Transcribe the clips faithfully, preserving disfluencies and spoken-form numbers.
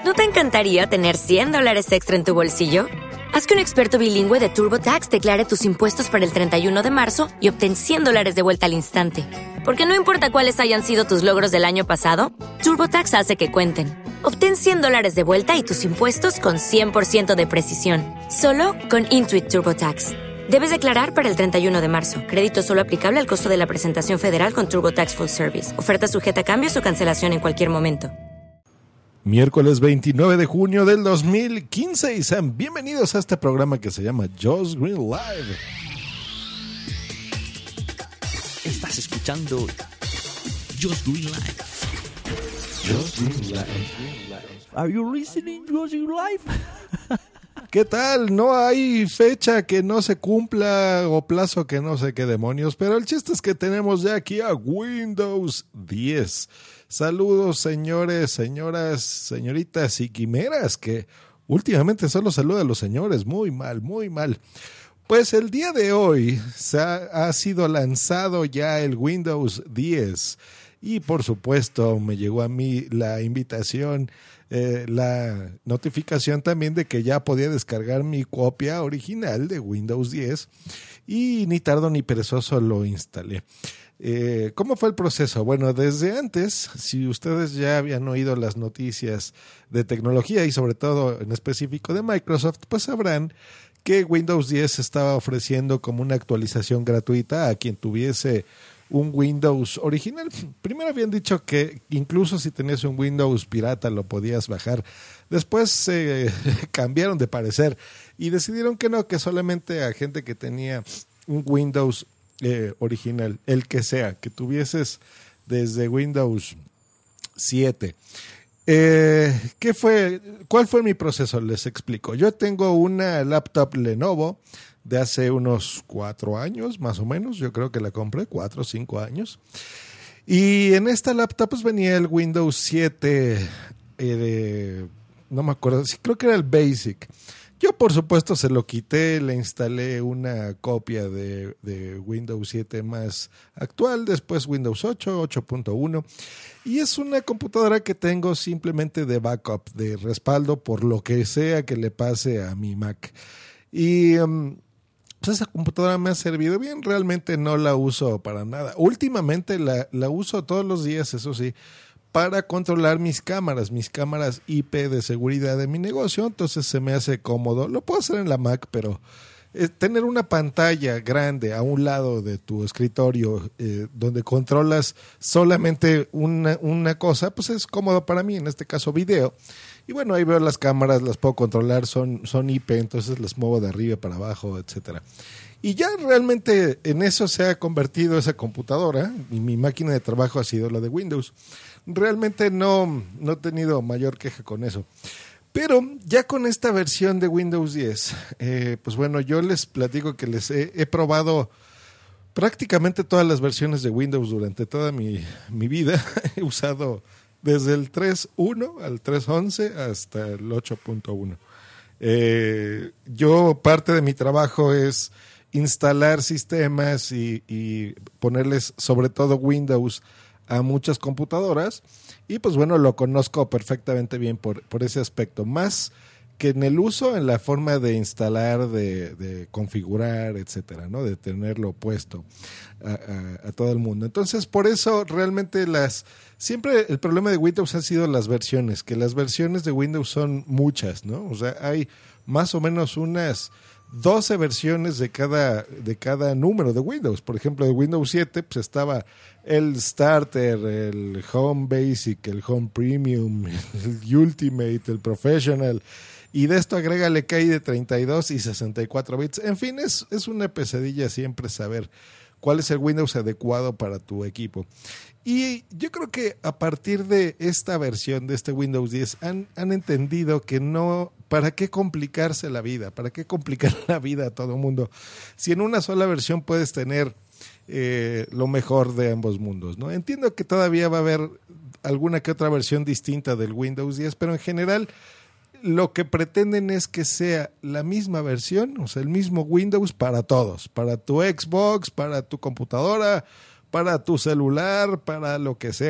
¿No te encantaría tener cien dólares extra en tu bolsillo? Haz que un experto bilingüe de TurboTax declare tus impuestos para el treinta y uno de marzo y obtén cien dólares de vuelta al instante. Porque no importa cuáles hayan sido tus logros del año pasado, TurboTax hace que cuenten. Obtén cien dólares de vuelta y tus impuestos con cien por ciento de precisión. Solo con Intuit TurboTax. Debes declarar para el treinta y uno de marzo. Crédito solo aplicable al costo de la presentación federal con TurboTax Full Service. Oferta sujeta a cambios o cancelación en cualquier momento. Miércoles veintinueve de junio del dos mil quince y sean bienvenidos a este programa que se llama Josh Green Live. Estás escuchando Josh Green Live. Josh Green Live. Are you listening, Josh Green Live? ¿Qué tal? No hay fecha que no se cumpla o plazo que no sé qué demonios, pero el chiste es que tenemos ya aquí a Windows diez. Saludos, señores, señoras, señoritas y quimeras, que últimamente solo saluda a los señores. Muy mal, muy mal. Pues el día de hoy se ha, ha sido lanzado ya el Windows diez y por supuesto me llegó a mí la invitación, eh, la notificación también de que ya podía descargar mi copia original de Windows diez y ni tardo ni perezoso lo instalé. Eh, ¿Cómo fue el proceso? Bueno, desde antes, si ustedes ya habían oído las noticias de tecnología y sobre todo en específico de Microsoft, pues sabrán que Windows diez estaba ofreciendo como una actualización gratuita a quien tuviese un Windows original. Primero habían dicho que incluso si tenías un Windows pirata lo podías bajar. Después eh, cambiaron de parecer y decidieron que no, que solamente a gente que tenía un Windows Eh, original, el que sea, que tuvieses desde Windows siete. Eh, ¿qué fue? ¿Cuál fue mi proceso? Les explico. Yo tengo una laptop Lenovo de hace unos cuatro años, más o menos. Yo creo que la compré, cuatro o cinco años. Y en esta laptop pues venía el Windows siete, eh, de, no me acuerdo, sí, creo que era el Basic. Yo, por supuesto, se lo quité, le instalé una copia de, de Windows siete más actual, después Windows ocho, ocho punto uno, y es una computadora que tengo simplemente de backup, de respaldo por lo que sea que le pase a mi Mac. Y um, pues esa computadora me ha servido bien, realmente no la uso para nada. Últimamente la, la uso todos los días, eso sí, para controlar mis cámaras, mis cámaras I P de seguridad de mi negocio, entonces se me hace cómodo. Lo puedo hacer en la Mac, pero eh, tener una pantalla grande a un lado de tu escritorio eh, donde controlas solamente una, una cosa, pues es cómodo para mí, en este caso video. Y bueno, ahí veo las cámaras, las puedo controlar, son, son I P, entonces las muevo de arriba para abajo, etcétera. Y ya realmente en eso se ha convertido esa computadora, y mi máquina de trabajo ha sido la de Windows. Realmente no, no he tenido mayor queja con eso. Pero ya con esta versión de Windows diez, eh, pues bueno, yo les platico que les he, he probado prácticamente todas las versiones de Windows durante toda mi, mi vida. He usado desde el tres punto uno al tres punto once hasta el ocho punto uno. Eh, yo, parte de mi trabajo es instalar sistemas y, y ponerles sobre todo Windows a muchas computadoras y pues bueno, lo conozco perfectamente bien por, por ese aspecto, más que en el uso, en la forma de instalar, de, de configurar, etcétera, ¿no? De tenerlo puesto a, a, a todo el mundo. Entonces, por eso realmente las siempre el problema de Windows han sido las versiones, que las versiones de Windows son muchas, ¿no? O sea, hay más o menos unas doce versiones de cada, de cada número de Windows. Por ejemplo, de Windows siete pues estaba el Starter, el Home Basic, el Home Premium, el Ultimate, el Professional, y de esto agrégale que hay de treinta y dos y sesenta y cuatro bits. En fin, es, es una pesadilla siempre saber cuál es el Windows adecuado para tu equipo. Y yo creo que a partir de esta versión de este Windows diez han, han entendido que no, ¿para qué complicarse la vida? ¿Para qué complicar la vida a todo el mundo? Si en una sola versión puedes tener eh, lo mejor de ambos mundos, ¿no? Entiendo que todavía va a haber alguna que otra versión distinta del Windows diez, pero en general lo que pretenden es que sea la misma versión, o sea, el mismo Windows para todos, para tu Xbox, para tu computadora, para tu celular, para lo que sea.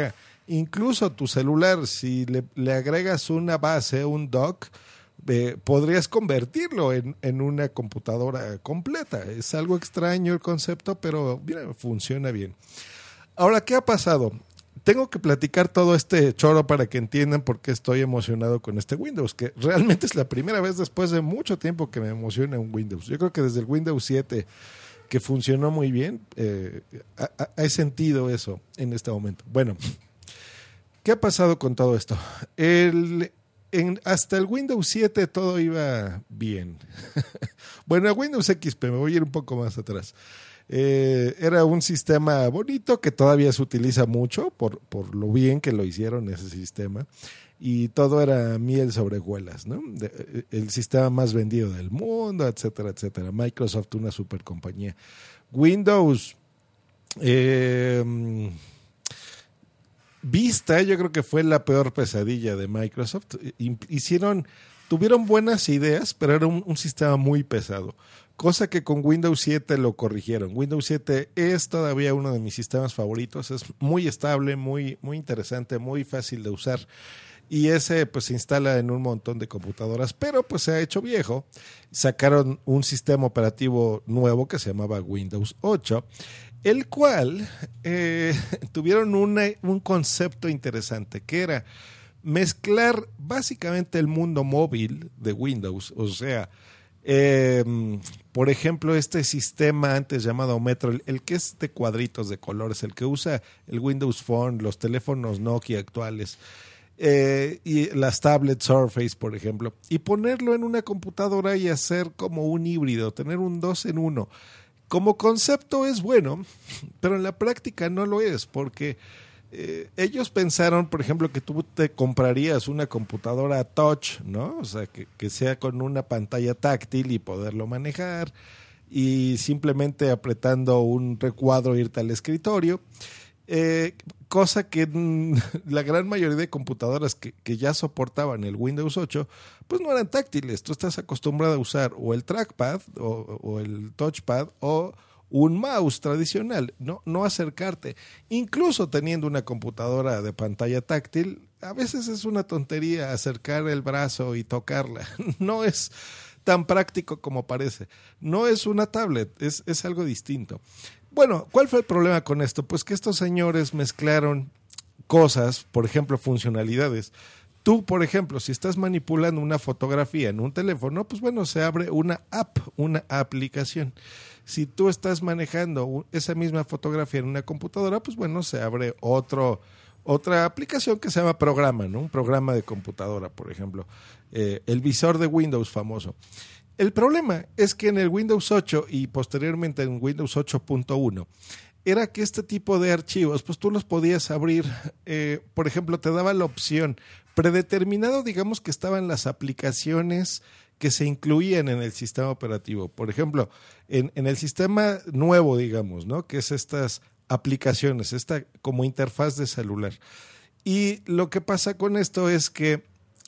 Incluso tu celular, si le, le agregas una base, un dock, eh, podrías convertirlo en, en una computadora completa. Es algo extraño el concepto, pero mira, funciona bien. Ahora, ¿qué ha pasado? Tengo que platicar todo este choro para que entiendan por qué estoy emocionado con este Windows, que realmente es la primera vez después de mucho tiempo que me emociona un Windows. Yo creo que desde el Windows siete, que funcionó muy bien, eh, he sentido eso en este momento. Bueno, ¿qué ha pasado con todo esto? El, en, hasta el Windows siete todo iba bien. Bueno, el Windows X P, me voy a ir un poco más atrás. Eh, era un sistema bonito que todavía se utiliza mucho por, por lo bien que lo hicieron ese sistema, y todo era miel sobre hojuelas, ¿no? De, el sistema más vendido del mundo, etcétera, etcétera. Microsoft, una super compañía. Windows eh, Vista, yo creo que fue la peor pesadilla de Microsoft. Hicieron, tuvieron buenas ideas, pero era un, un sistema muy pesado. Cosa que con Windows siete lo corrigieron. Windows siete es todavía uno de mis sistemas favoritos. Es muy estable, muy, muy interesante, muy fácil de usar. Y ese pues se instala en un montón de computadoras, pero pues se ha hecho viejo. Sacaron un sistema operativo nuevo que se llamaba Windows ocho, el cual eh, tuvieron una, un concepto interesante, que era mezclar básicamente el mundo móvil de Windows, o sea... Eh, por ejemplo, este sistema antes llamado Metro, el, el que es de cuadritos de colores, el que usa el Windows Phone, los teléfonos Nokia actuales, eh, y las tablets Surface, por ejemplo, y ponerlo en una computadora y hacer como un híbrido, tener un dos en uno. Como concepto es bueno, pero en la práctica no lo es, porque Eh, ellos pensaron, por ejemplo, que tú te comprarías una computadora touch, ¿no? O sea, que, que sea con una pantalla táctil y poderlo manejar, y simplemente apretando un recuadro irte al escritorio, eh, cosa que mm, la gran mayoría de computadoras que, que ya soportaban el Windows ocho, pues no eran táctiles. Tú estás acostumbrado a usar o el trackpad o, o el touchpad o un mouse tradicional, no, no acercarte. Incluso teniendo una computadora de pantalla táctil, a veces es una tontería acercar el brazo y tocarla. No es tan práctico como parece. No es una tablet, es, es algo distinto. Bueno, ¿cuál fue el problema con esto? Pues que estos señores mezclaron cosas, por ejemplo, funcionalidades. Tú, por ejemplo, si estás manipulando una fotografía en un teléfono, pues bueno, se abre una app, una aplicación. Si tú estás manejando esa misma fotografía en una computadora, pues bueno, se abre otro, otra aplicación que se llama programa, ¿no? Un programa de computadora, por ejemplo. Eh, el visor de Windows famoso. El problema es que en el Windows ocho y posteriormente en Windows ocho punto uno, era que este tipo de archivos, pues tú los podías abrir, eh, por ejemplo, te daba la opción predeterminado, digamos que estaban las aplicaciones que se incluían en el sistema operativo. Por ejemplo, en, en el sistema nuevo, digamos, ¿no? Que es estas aplicaciones, esta como interfaz de celular. Y lo que pasa con esto es que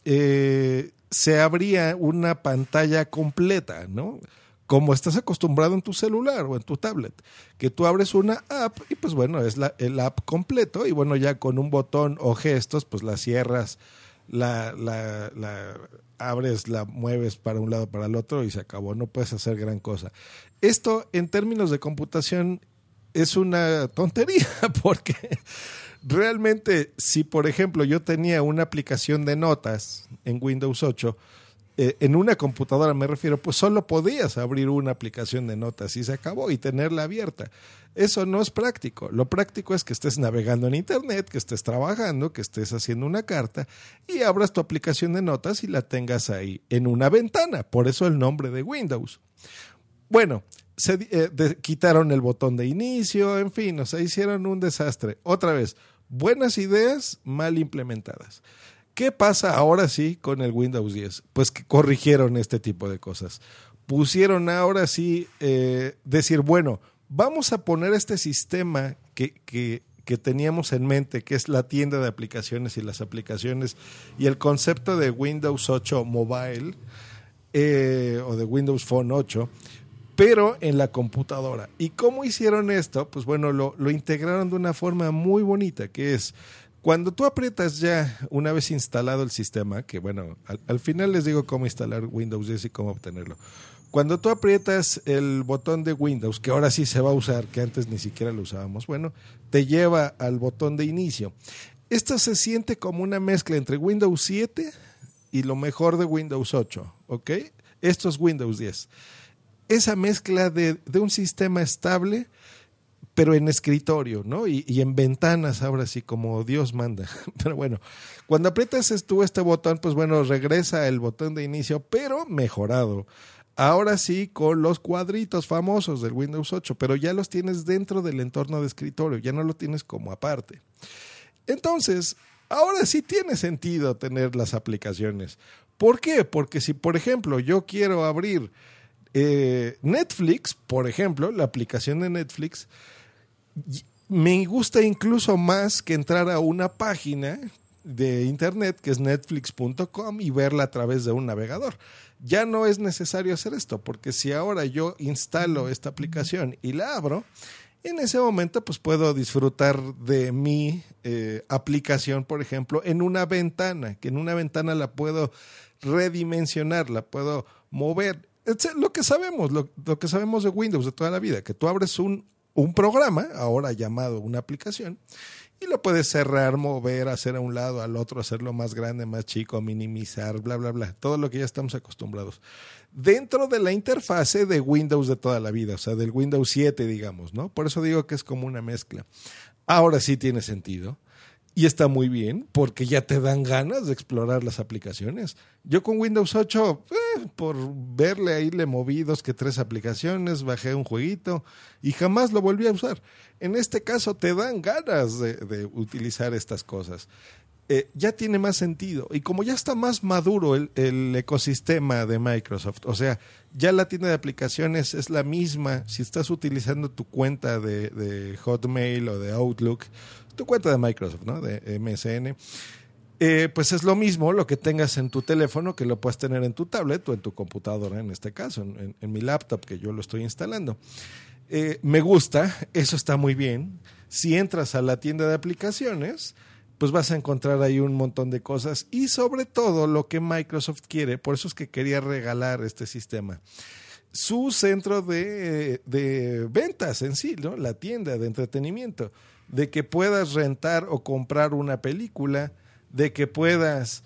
eh, se abría una pantalla completa, ¿no? Como estás acostumbrado en tu celular o en tu tablet, que tú abres una app y pues bueno, es la, el app completo, y bueno, ya con un botón o gestos, pues la cierras, la, la, la abres, la mueves para un lado, para el otro y se acabó, no puedes hacer gran cosa. Esto en términos de computación es una tontería, porque realmente si por ejemplo yo tenía una aplicación de notas en Windows ocho, Eh, en una computadora me refiero, pues solo podías abrir una aplicación de notas y se acabó, y tenerla abierta. Eso no es práctico. Lo práctico es que estés navegando en internet, que estés trabajando, que estés haciendo una carta y abras tu aplicación de notas y la tengas ahí en una ventana. Por eso el nombre de Windows. Bueno, se eh, de, quitaron el botón de inicio, en fin, o sea, hicieron un desastre. Otra vez, buenas ideas mal implementadas. ¿Qué pasa ahora sí con el Windows diez? Pues que corrigieron este tipo de cosas. Pusieron ahora sí eh, decir, bueno, vamos a poner este sistema que, que, que teníamos en mente, que es la tienda de aplicaciones y las aplicaciones, y el concepto de Windows ocho Mobile eh, o de Windows Phone ocho, pero en la computadora. ¿Y cómo hicieron esto? Pues bueno, lo, lo integraron de una forma muy bonita, que es Cuando tú aprietas ya, una vez instalado el sistema, que bueno, al, al final les digo cómo instalar Windows diez y cómo obtenerlo. Cuando tú aprietas el botón de Windows, que ahora sí se va a usar, que antes ni siquiera lo usábamos, bueno, te lleva al botón de inicio. Esto se siente como una mezcla entre Windows siete y lo mejor de Windows ocho, ¿ok? Esto es Windows diez. Esa mezcla de, de un sistema estable, pero en escritorio, ¿no? Y, y en ventanas, ahora sí, como Dios manda. Pero bueno, cuando aprietas tú este botón, pues bueno, regresa el botón de inicio, pero mejorado. Ahora sí, con los cuadritos famosos del Windows ocho, pero ya los tienes dentro del entorno de escritorio, ya no lo tienes como aparte. Entonces, ahora sí tiene sentido tener las aplicaciones. ¿Por qué? Porque si, por ejemplo, yo quiero abrir eh, Netflix, por ejemplo, la aplicación de Netflix, me gusta incluso más que entrar a una página de internet que es netflix punto com y verla a través de un navegador. Ya no es necesario hacer esto, porque si ahora yo instalo esta aplicación y la abro, en ese momento pues puedo disfrutar de mi eh, aplicación, por ejemplo, en una ventana, que en una ventana la puedo redimensionar, la puedo mover. Es lo que sabemos, lo, lo que sabemos de Windows de toda la vida, que tú abres un un programa, ahora llamado una aplicación, y lo puedes cerrar, mover, hacer a un lado, al otro, hacerlo más grande, más chico, minimizar, bla, bla, bla, todo lo que ya estamos acostumbrados. Dentro de la interfase de Windows de toda la vida, o sea, del Windows siete, digamos, ¿no? Por eso digo que es como una mezcla. Ahora sí tiene sentido. Y está muy bien, porque ya te dan ganas de explorar las aplicaciones. Yo con Windows ocho, eh, por verle ahí, le moví dos que tres aplicaciones, bajé un jueguito y jamás lo volví a usar. En este caso te dan ganas de, de utilizar estas cosas. Eh, ya tiene más sentido. Y como ya está más maduro el, el ecosistema de Microsoft, o sea, ya la tienda de aplicaciones es la misma. Si estás utilizando tu cuenta de, de Hotmail o de Outlook, tu cuenta de Microsoft, ¿no? De M S N, eh, pues es lo mismo lo que tengas en tu teléfono, que lo puedes tener en tu tablet o en tu computadora, en este caso, en, en mi laptop, que yo lo estoy instalando. Eh, me gusta, eso está muy bien. Si entras a la tienda de aplicaciones, pues vas a encontrar ahí un montón de cosas y sobre todo lo que Microsoft quiere, por eso es que quería regalar este sistema. Su centro de, de ventas en sí, ¿no? La tienda de entretenimiento, de que puedas rentar o comprar una película, de que puedas,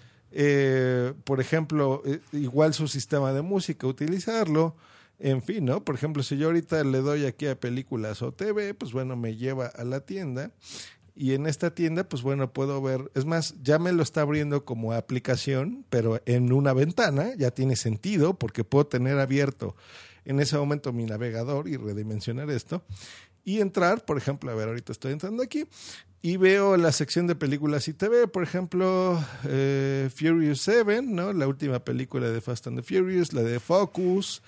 eh, por ejemplo, eh, igual su sistema de música, utilizarlo, en fin, ¿no? Por ejemplo, si yo ahorita le doy aquí a películas o T V, pues bueno, me lleva a la tienda. Y en esta tienda, pues bueno, puedo ver, es más, ya me lo está abriendo como aplicación, pero en una ventana, ya tiene sentido, porque puedo tener abierto en ese momento mi navegador y redimensionar esto, y entrar, por ejemplo, a ver, ahorita estoy entrando aquí, y veo la sección de películas y T V, por ejemplo, eh, Furious siete, ¿no? La última película de Fast and the Furious, la de Focus,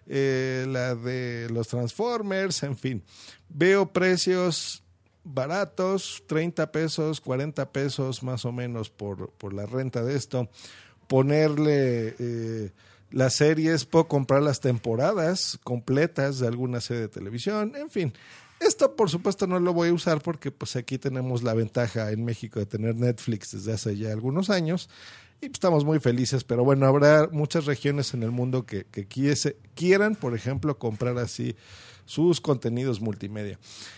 eh, la de los Transformers, en fin. Veo precios baratos, treinta pesos, cuarenta pesos más o menos por, por la renta de esto. Ponerle eh, las series, puedo comprar las temporadas completas de alguna serie de televisión, en fin. Esto por supuesto no lo voy a usar porque pues aquí tenemos la ventaja en México de tener Netflix desde hace ya algunos años y pues, estamos muy felices, pero bueno, habrá muchas regiones en el mundo que, que quiese, quieran, por ejemplo, comprar así sus contenidos multimedia.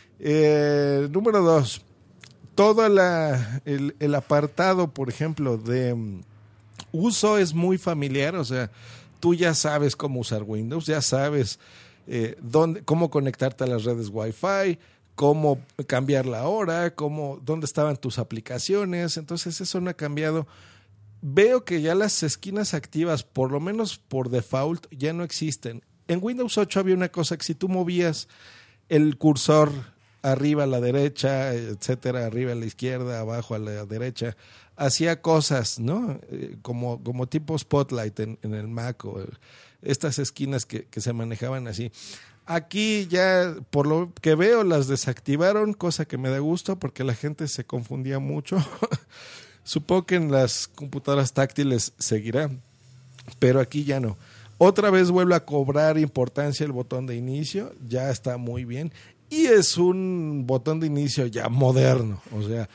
Eh, número dos, todo la, el, el apartado, por ejemplo, de um, uso es muy familiar, o sea, tú ya sabes cómo usar Windows, ya sabes eh, dónde, cómo conectarte a las redes Wi-Fi, cómo cambiar la hora, cómo, dónde estaban tus aplicaciones, entonces eso no ha cambiado. Veo que ya las esquinas activas, por lo menos por default, ya no existen. En Windows ocho había una cosa que si tú movías el cursor arriba a la derecha, etcétera, arriba a la izquierda, abajo a la derecha, hacía cosas, ¿no? Eh, como, como tipo Spotlight en, en el Mac o estas esquinas que, que se manejaban así. Aquí ya, por lo que veo, las desactivaron, cosa que me da gusto porque la gente se confundía mucho. Supongo que en las computadoras táctiles seguirá, pero aquí ya no. Otra vez vuelve a cobrar importancia el botón de inicio, ya está muy bien. Y es un botón de inicio ya moderno, o sea,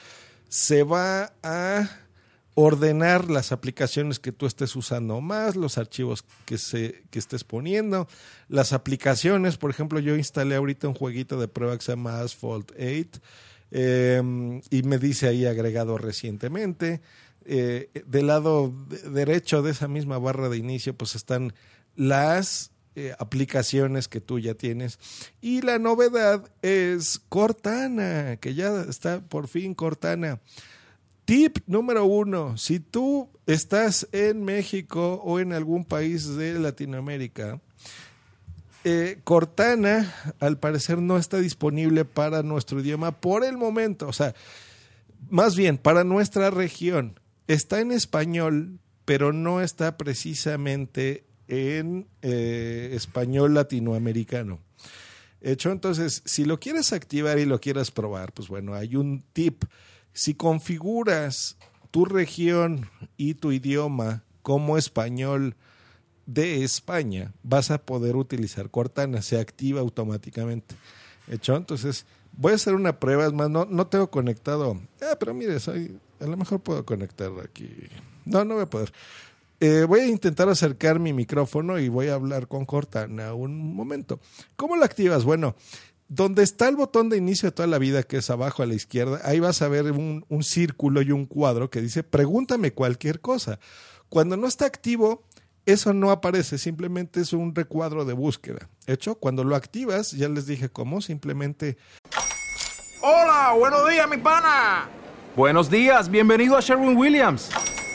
se va a ordenar las aplicaciones que tú estés usando más, los archivos que, se, que estés poniendo, las aplicaciones. Por ejemplo, yo instalé ahorita un jueguito de prueba que se llama Asphalt ocho eh, y me dice ahí agregado recientemente. Eh, del lado de- derecho de esa misma barra de inicio pues están las eh, aplicaciones que tú ya tienes. Y la novedad es Cortana, que ya está por fin Cortana. Tip número uno, si tú estás en México o en algún país de Latinoamérica, eh, Cortana al parecer no está disponible para nuestro idioma por el momento, o sea, más bien para nuestra región. Está en español, pero no está precisamente en eh, español latinoamericano. Hecho, entonces, si lo quieres activar y lo quieres probar, pues bueno, hay un tip. Si configuras tu región y tu idioma como español de España, vas a poder utilizar Cortana, se activa automáticamente. Hecho, entonces voy a hacer una prueba, es más, no, no tengo conectado. Ah, pero mire, soy, a lo mejor puedo conectar aquí. No, no voy a poder. Eh, voy a intentar acercar mi micrófono y voy a hablar con Cortana un momento. ¿Cómo lo activas? Bueno, donde está el botón de inicio de toda la vida, que es abajo a la izquierda, ahí vas a ver un, un círculo y un cuadro que dice pregúntame cualquier cosa. Cuando no está activo, eso no aparece, simplemente es un recuadro de búsqueda. Hecho, cuando lo activas, ya les dije cómo, simplemente... Hola, buenos días, mi pana. Buenos días, bienvenido a Sherwin-Williams.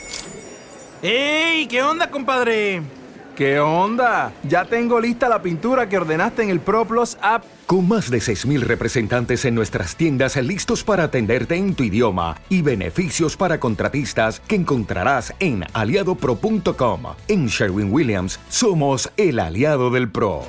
¡Ey! ¿Qué onda, compadre? ¿Qué onda? Ya tengo lista la pintura que ordenaste en el ProPlus app. Con más de seis mil representantes en nuestras tiendas listos para atenderte en tu idioma y beneficios para contratistas que encontrarás en aliado pro punto com. En Sherwin-Williams somos el aliado del pro.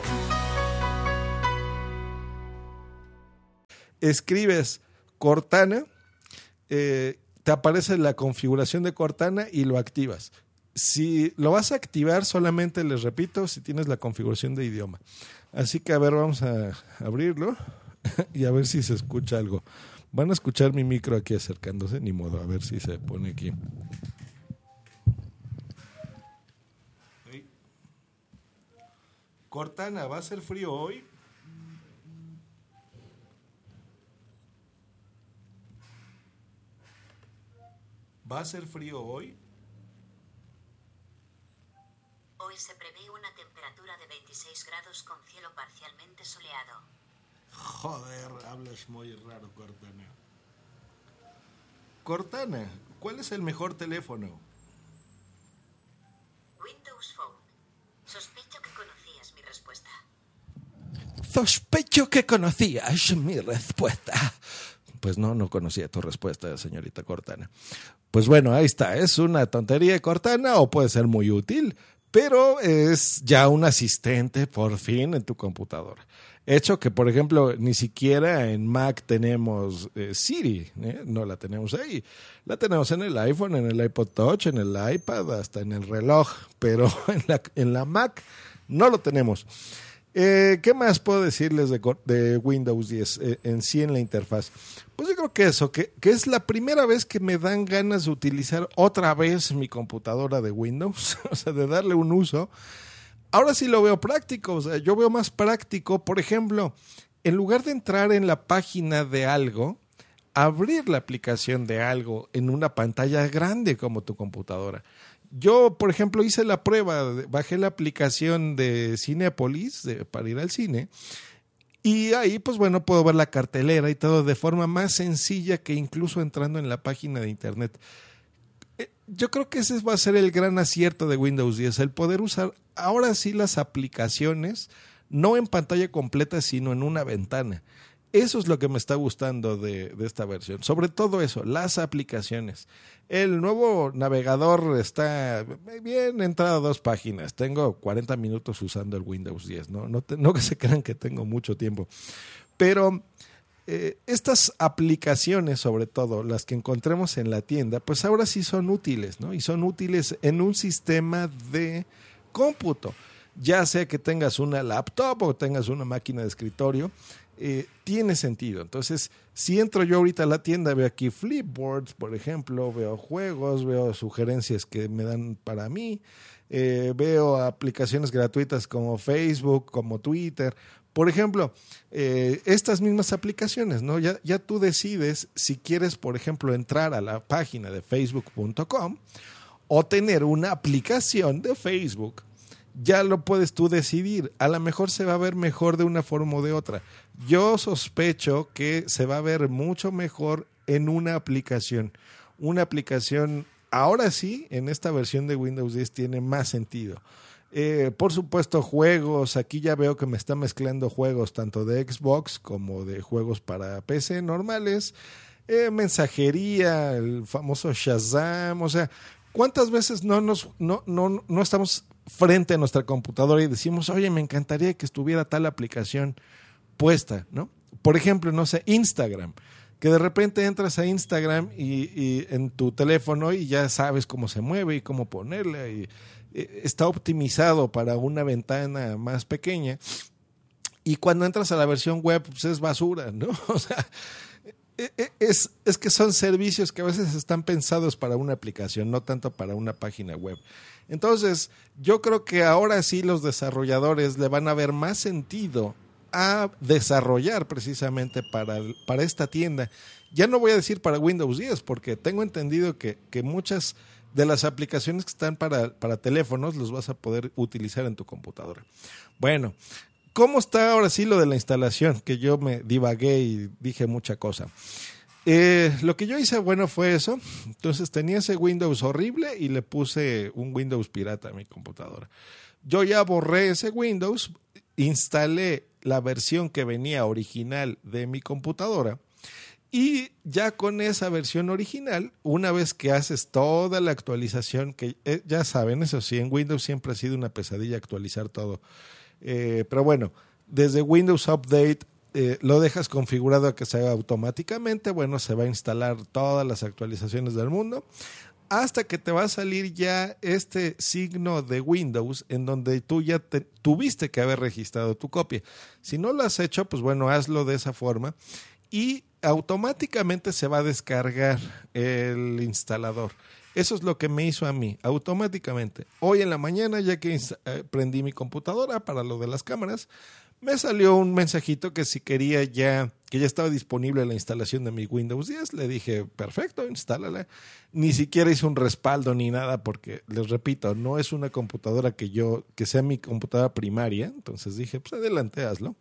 Escribes Cortana, eh, te aparece la configuración de Cortana y lo activas. Si lo vas a activar, solamente les repito, si tienes la configuración de idioma. Así que a ver, vamos a abrirlo y a ver si se escucha algo. Van a escuchar mi micro aquí acercándose, ni modo, a ver si se pone aquí. Cortana, ¿va a ser frío hoy? ¿Va a ser frío hoy? Hoy se prevé una temperatura de veintiséis grados con cielo parcialmente soleado. Joder, hablas muy raro, Cortana. Cortana, ¿cuál es el mejor teléfono? Windows Phone. Sospecho que conocías mi respuesta. Sospecho que conocías mi respuesta. Pues no, no conocía tu respuesta, señorita Cortana. Pues bueno, ahí está. Es una tontería, Cortana, o puede ser muy útil, pero es ya un asistente por fin en tu computadora. Hecho que, por ejemplo, ni siquiera en Mac tenemos eh, Siri, ¿eh? No la tenemos ahí. La tenemos en el iPhone, en el iPod Touch, en el iPad, hasta en el reloj, pero en la, en la Mac no lo tenemos. Eh, ¿Qué más puedo decirles de, de Windows diez eh, en sí en la interfaz? Pues yo creo que eso, que, que es la primera vez que me dan ganas de utilizar otra vez mi computadora de Windows, o sea, de darle un uso. Ahora sí lo veo práctico, o sea, yo veo más práctico, por ejemplo, en lugar de entrar en la página de algo, abrir la aplicación de algo en una pantalla grande como tu computadora. Yo, por ejemplo, hice la prueba, bajé la aplicación de Cinépolis de, para ir al cine y ahí, pues bueno, puedo ver la cartelera y todo de forma más sencilla que incluso entrando en la página de internet. Yo creo que ese va a ser el gran acierto de Windows diez, el poder usar ahora sí las aplicaciones, no en pantalla completa, sino en una ventana. Eso es lo que me está gustando de, de esta versión. Sobre todo eso, las aplicaciones. El nuevo navegador está bien entrado a dos páginas. Tengo cuarenta minutos usando el Windows diez. No, no, te, no que se crean que tengo mucho tiempo. Pero eh, estas aplicaciones, sobre todo las que encontremos en la tienda, pues ahora sí son útiles, ¿no? Y son útiles en un sistema de cómputo. Ya sea que tengas una laptop o tengas una máquina de escritorio, eh, tiene sentido. Entonces, si entro yo ahorita a la tienda, veo aquí Flipboard, por ejemplo, veo juegos, veo sugerencias que me dan para mí, eh, veo aplicaciones gratuitas como Facebook, como Twitter. Por ejemplo, eh, estas mismas aplicaciones, ¿no? Ya, ya tú decides si quieres, por ejemplo, entrar a la página de facebook punto com o tener una aplicación de Facebook. Ya lo puedes tú decidir. A lo mejor se va a ver mejor de una forma o de otra. Yo sospecho que se va a ver mucho mejor en una aplicación. Una aplicación, ahora sí, en esta versión de Windows diez tiene más sentido. Eh, por supuesto, juegos. Aquí ya veo que me está mezclando juegos tanto de Xbox como de juegos para P C normales. Eh, mensajería, el famoso Shazam. O sea, ¿cuántas veces no, nos, no, no, no estamos frente a nuestra computadora y decimos, oye, me encantaría que estuviera tal aplicación puesta, ¿no? Por ejemplo, no sé, Instagram, que de repente entras a Instagram y, y en tu teléfono y ya sabes cómo se mueve y cómo ponerle y, y está optimizado para una ventana más pequeña, y cuando entras a la versión web, pues es basura, ¿no? O sea, es, es que son servicios que a veces están pensados para una aplicación, no tanto para una página web. Entonces, yo creo que ahora sí los desarrolladores le van a ver más sentido a desarrollar precisamente para, para esta tienda. Ya no voy a decir para Windows diez, porque tengo entendido que, que muchas de las aplicaciones que están para, para teléfonos los vas a poder utilizar en tu computadora. Bueno, ¿cómo está ahora sí lo de la instalación? Que yo me divagué y dije mucha cosa. Eh, lo que yo hice, bueno, fue eso. Entonces tenía ese Windows horrible y le puse un Windows pirata a mi computadora. Yo ya borré ese Windows, instalé la versión que venía original de mi computadora y ya con esa versión original, una vez que haces toda la actualización, que eh, ya saben, eso sí, en Windows siempre ha sido una pesadilla actualizar todo. Eh, pero bueno, desde Windows Update eh, lo dejas configurado a que se haga automáticamente. Bueno, se va a instalar todas las actualizaciones del mundo hasta que te va a salir ya este signo de Windows en donde tú ya te, tuviste que haber registrado tu copia. Si no lo has hecho, pues bueno, hazlo de esa forma y automáticamente se va a descargar el instalador. Eso es lo que me hizo a mí, automáticamente. Hoy en la mañana, ya que eh, prendí mi computadora para lo de las cámaras, me salió un mensajito que si quería ya, que ya estaba disponible la instalación de mi Windows diez. Le dije, perfecto, instálala. Ni siquiera hice un respaldo ni nada porque, les repito, no es una computadora que yo, que sea mi computadora primaria. Entonces dije, pues adelante, hazlo.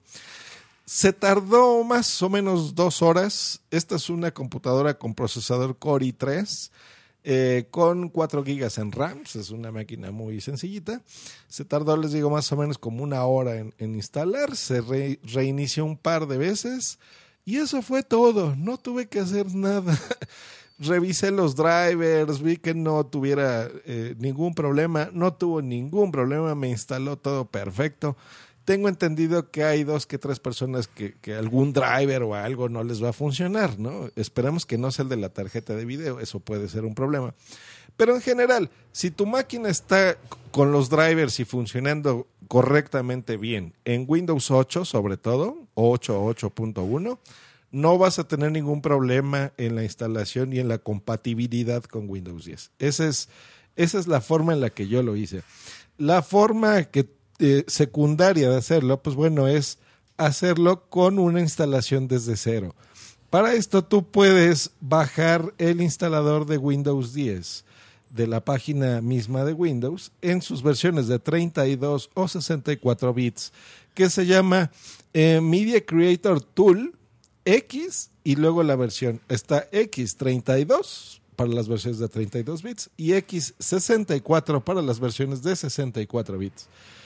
Se tardó más o menos dos horas. Esta es una computadora con procesador Core i tres. Eh, con cuatro gigas en RAM, es una máquina muy sencillita. Se tardó, les digo, más o menos como una hora en, en instalar. Se re, reinició un par de veces y eso fue todo. No tuve que hacer nada. Revisé los drivers, vi que no tuviera eh, ningún problema. No tuvo ningún problema, me instaló todo perfecto. Tengo entendido que hay dos que tres personas que, que algún driver o algo no les va a funcionar, ¿no? Esperamos que no sea el de la tarjeta de video, eso puede ser un problema. Pero en general, si tu máquina está con los drivers y funcionando correctamente bien, en Windows ocho sobre todo, ocho, ocho punto uno, no vas a tener ningún problema en la instalación y en la compatibilidad con Windows diez. Esa es, esa es la forma en la que yo lo hice. La forma que Eh, secundaria de hacerlo, pues bueno, es hacerlo con una instalación desde cero. Para esto tú puedes bajar el instalador de Windows diez de la página misma de Windows en sus versiones de treinta y dos o sesenta y cuatro bits, que se llama eh, Media Creator Tool X, y luego la versión está X treinta y dos para las versiones de treinta y dos bits y X sesenta y cuatro para las versiones de sesenta y cuatro bits.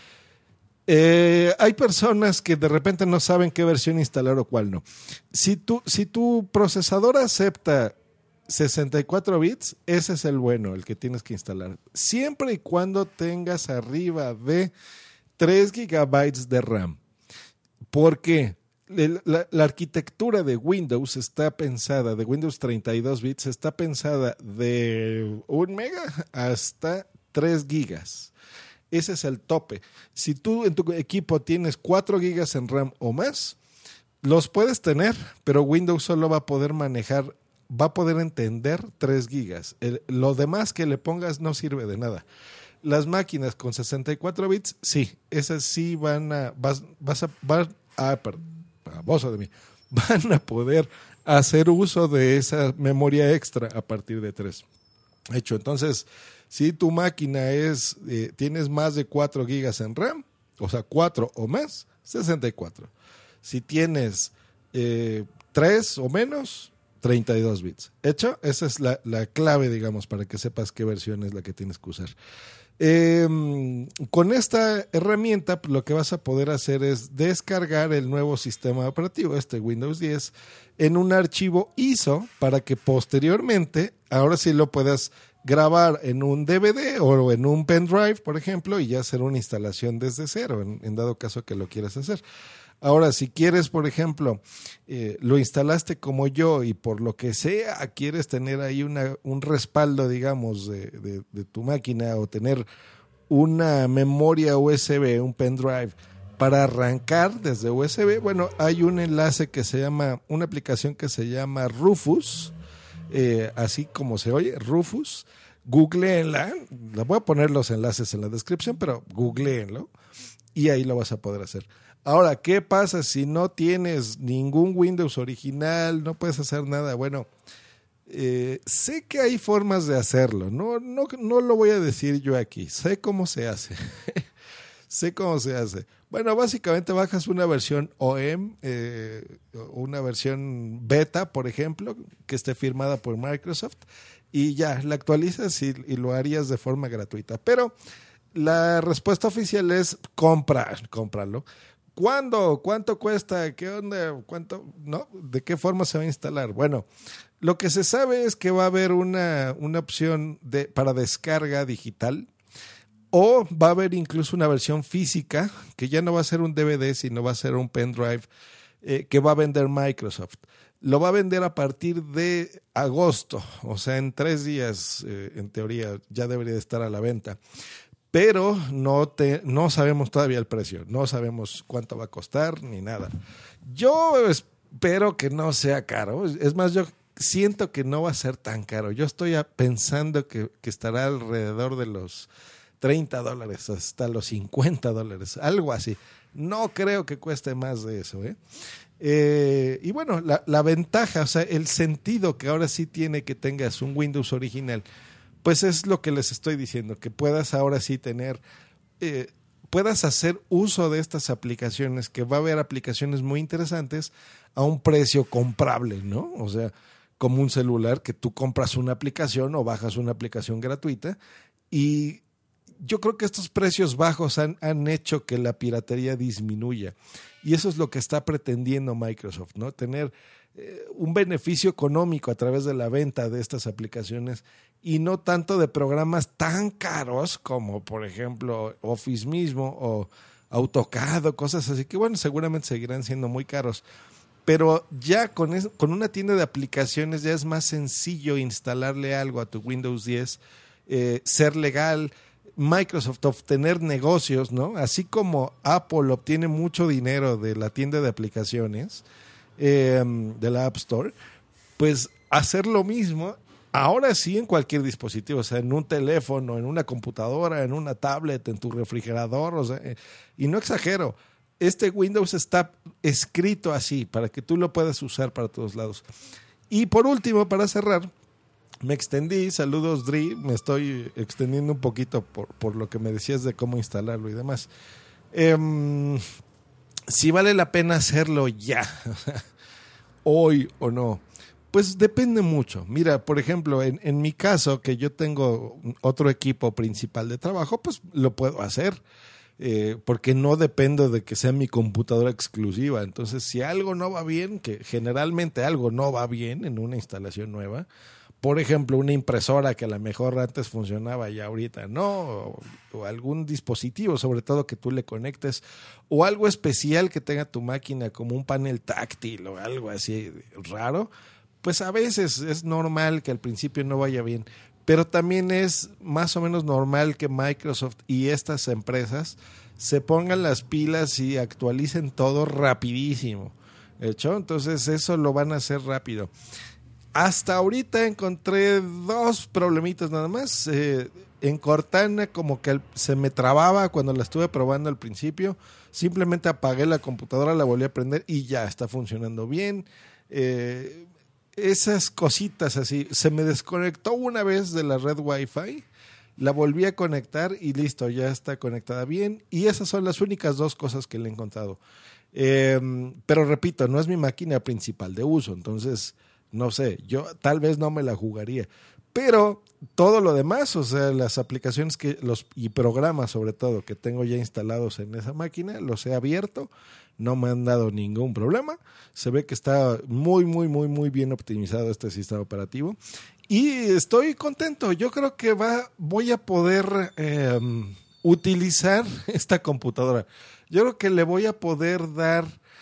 Eh, hay personas que de repente no saben qué versión instalar o cuál no. Si tu, si tu procesador acepta sesenta y cuatro bits, ese es el bueno, el que tienes que instalar. Siempre y cuando tengas arriba de tres gigabytes de RAM. ¿Por qué? La, la arquitectura de Windows está pensada, de Windows treinta y dos bits, está pensada de un mega hasta tres gigas. Ese es el tope. Si tú en tu equipo tienes cuatro gigas en RAM o más, los puedes tener, pero Windows solo va a poder manejar, va a poder entender tres gigas. El, lo demás que le pongas no sirve de nada. Las máquinas con sesenta y cuatro bits, sí, esas sí van a, vas, vas a, van a, perdón, baboso de mí, van a poder hacer uso de esa memoria extra a partir de tres. Hecho, entonces, si tu máquina es, eh, tienes más de cuatro gigas en RAM, o sea, cuatro o más, sesenta y cuatro. Si tienes eh, tres o menos, treinta y dos bits. ¿Hecho? Esa es la, la clave, digamos, para que sepas qué versión es la que tienes que usar. Eh, con esta herramienta, lo que vas a poder hacer es descargar el nuevo sistema operativo, este Windows diez, en un archivo I S O para que posteriormente, ahora sí lo puedas grabar en un D V D o en un pendrive, por ejemplo, y ya hacer una instalación desde cero, en, en dado caso que lo quieras hacer. Ahora, si quieres, por ejemplo, eh, lo instalaste como yo y por lo que sea quieres tener ahí una, un respaldo, digamos, de, de, de tu máquina o tener una memoria U S B, un pendrive, para arrancar desde U S B, bueno, hay un enlace que se llama, una aplicación que se llama Rufus, eh, así como se oye, Rufus. Googleenla, le voy a poner los enlaces en la descripción, pero googleenlo y ahí lo vas a poder hacer. Ahora, ¿qué pasa si no tienes ningún Windows original, no puedes hacer nada? Bueno, eh, sé que hay formas de hacerlo, no, no, no lo voy a decir yo aquí, sé cómo se hace, sé cómo se hace. Bueno, básicamente bajas una versión O E M, eh, una versión beta, por ejemplo, que esté firmada por Microsoft, y ya, la actualizas y, y lo harías de forma gratuita. Pero la respuesta oficial es comprar, cómpralo. ¿Cuándo? ¿Cuánto cuesta? ¿Qué onda? ¿Cuánto? ¿No? ¿De qué forma se va a instalar? Bueno, lo que se sabe es que va a haber una, una opción de, para descarga digital, o va a haber incluso una versión física que ya no va a ser un D V D, sino va a ser un pendrive eh, que va a vender Microsoft. Lo va a vender a partir de agosto, o sea, en tres días, eh, en teoría, ya debería de estar a la venta. Pero no, te, no sabemos todavía el precio, no sabemos cuánto va a costar ni nada. Yo espero que no sea caro, es más, yo siento que no va a ser tan caro. Yo estoy pensando que, que estará alrededor de los treinta dólares hasta los cincuenta dólares, algo así. No creo que cueste más de eso, ¿eh? Eh, y bueno, la, la ventaja, o sea, el sentido que ahora sí tiene que tengas un Windows original, pues es lo que les estoy diciendo, que puedas ahora sí tener, eh, puedas hacer uso de estas aplicaciones, que va a haber aplicaciones muy interesantes a un precio comprable, ¿no? O sea, como un celular que tú compras una aplicación o bajas una aplicación gratuita, y yo creo que estos precios bajos han, han hecho que la piratería disminuya, y eso es lo que está pretendiendo Microsoft, ¿no? Tener eh, un beneficio económico a través de la venta de estas aplicaciones y no tanto de programas tan caros como, por ejemplo, Office mismo o AutoCAD o cosas así, que bueno, seguramente seguirán siendo muy caros. Pero ya con, es, con una tienda de aplicaciones ya es más sencillo instalarle algo a tu Windows diez, eh, ser legal, Microsoft obtener negocios, ¿no? Así como Apple obtiene mucho dinero de la tienda de aplicaciones, eh, de la App Store, pues hacer lo mismo, ahora sí en cualquier dispositivo, o sea, en un teléfono, en una computadora, en una tablet, en tu refrigerador, o sea, eh, y no exagero, este Windows está escrito así para que tú lo puedas usar para todos lados. Y por último, para cerrar, me extendí, saludos Dri, me estoy extendiendo un poquito por, por lo que me decías de cómo instalarlo y demás. Eh, si vale la pena hacerlo ya, hoy o no, pues depende mucho. Mira, por ejemplo, en, en mi caso, que yo tengo otro equipo principal de trabajo, pues lo puedo hacer. Eh, porque no dependo de que sea mi computadora exclusiva. Entonces, si algo no va bien, que generalmente algo no va bien en una instalación nueva, por ejemplo, una impresora que a lo mejor antes funcionaba y ahorita no, o, o algún dispositivo, sobre todo que tú le conectes, o algo especial que tenga tu máquina, como un panel táctil o algo así raro, pues a veces es normal que al principio no vaya bien. Pero también es más o menos normal que Microsoft y estas empresas se pongan las pilas y actualicen todo rapidísimo. ¿Hecho? Entonces eso lo van a hacer rápido. Hasta ahorita encontré dos problemitas nada más. Eh, en Cortana como que se me trababa cuando la estuve probando al principio. Simplemente apagué la computadora, la volví a prender y ya está funcionando bien. Eh, esas cositas así. Se me desconectó una vez de la red Wi-Fi. La volví a conectar y listo, ya está conectada bien. Y esas son las únicas dos cosas que le he encontrado. Eh, pero repito, no es mi máquina principal de uso, entonces no sé, yo tal vez no me la jugaría. Pero todo lo demás, o sea, las aplicaciones que los y programas sobre todo que tengo ya instalados en esa máquina, los he abierto, no me han dado ningún problema. Se ve que está muy, muy, muy, muy bien optimizado este sistema operativo. Y estoy contento. Yo creo que va, voy a poder eh, utilizar esta computadora. Yo creo que le voy a poder dar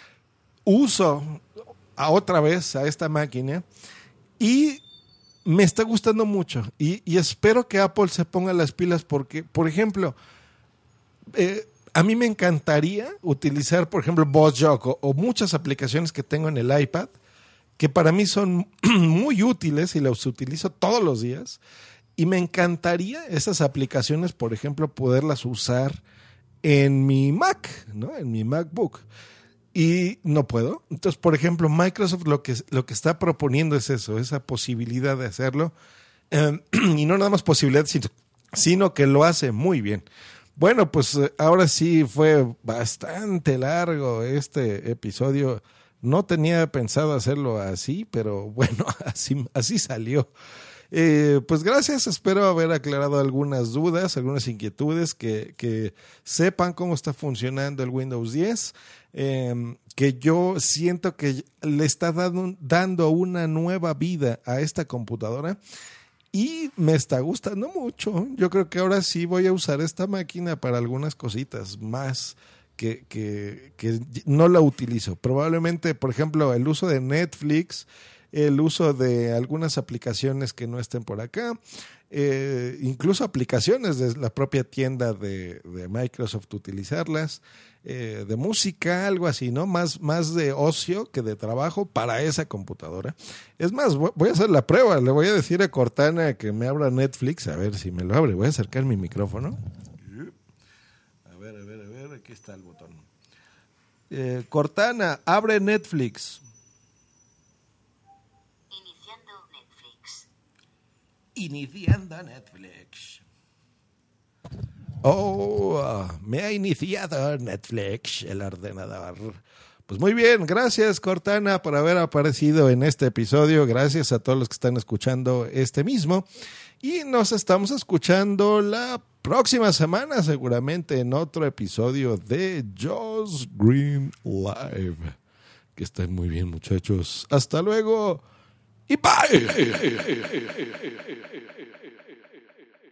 uso a otra vez a esta máquina y me está gustando mucho. Y, y espero que Apple se ponga las pilas porque, por ejemplo, eh, a mí me encantaría utilizar, por ejemplo, BossJock o, o muchas aplicaciones que tengo en el iPad que para mí son muy útiles y las utilizo todos los días. Y me encantaría esas aplicaciones, por ejemplo, poderlas usar en mi Mac, ¿no? En mi MacBook. Y no puedo. Entonces, por ejemplo, Microsoft lo que, lo que está proponiendo es eso, esa posibilidad de hacerlo. Eh, y no nada más posibilidad, sino, sino que lo hace muy bien. Bueno, pues ahora sí fue bastante largo este episodio. No tenía pensado hacerlo así, pero bueno, así, así salió. Eh, pues gracias, espero haber aclarado algunas dudas, algunas inquietudes, que, que sepan cómo está funcionando el Windows diez, eh, que yo siento que le está dando, dando una nueva vida a esta computadora y me está gustando mucho. Yo creo que ahora sí voy a usar esta máquina para algunas cositas más que, que, que no la utilizo. Probablemente, por ejemplo, el uso de Netflix, el uso de algunas aplicaciones que no estén por acá, eh, incluso aplicaciones de la propia tienda de, de Microsoft, utilizarlas, eh, de música, algo así, ¿no? Más, más de ocio que de trabajo para esa computadora. Es más, voy a hacer la prueba, le voy a decir a Cortana que me abra Netflix, a ver si me lo abre. Voy a acercar mi micrófono. A ver, a ver, a ver, aquí está el botón. Eh, Cortana, abre Netflix. Iniciando Netflix. Oh, uh, me ha iniciado Netflix el ordenador. Pues muy bien, gracias Cortana por haber aparecido en este episodio. Gracias a todos los que están escuchando este mismo. Y nos estamos escuchando la próxima semana, seguramente en otro episodio de Joss Green Live. Que estén muy bien, muchachos. Hasta luego. Y bye.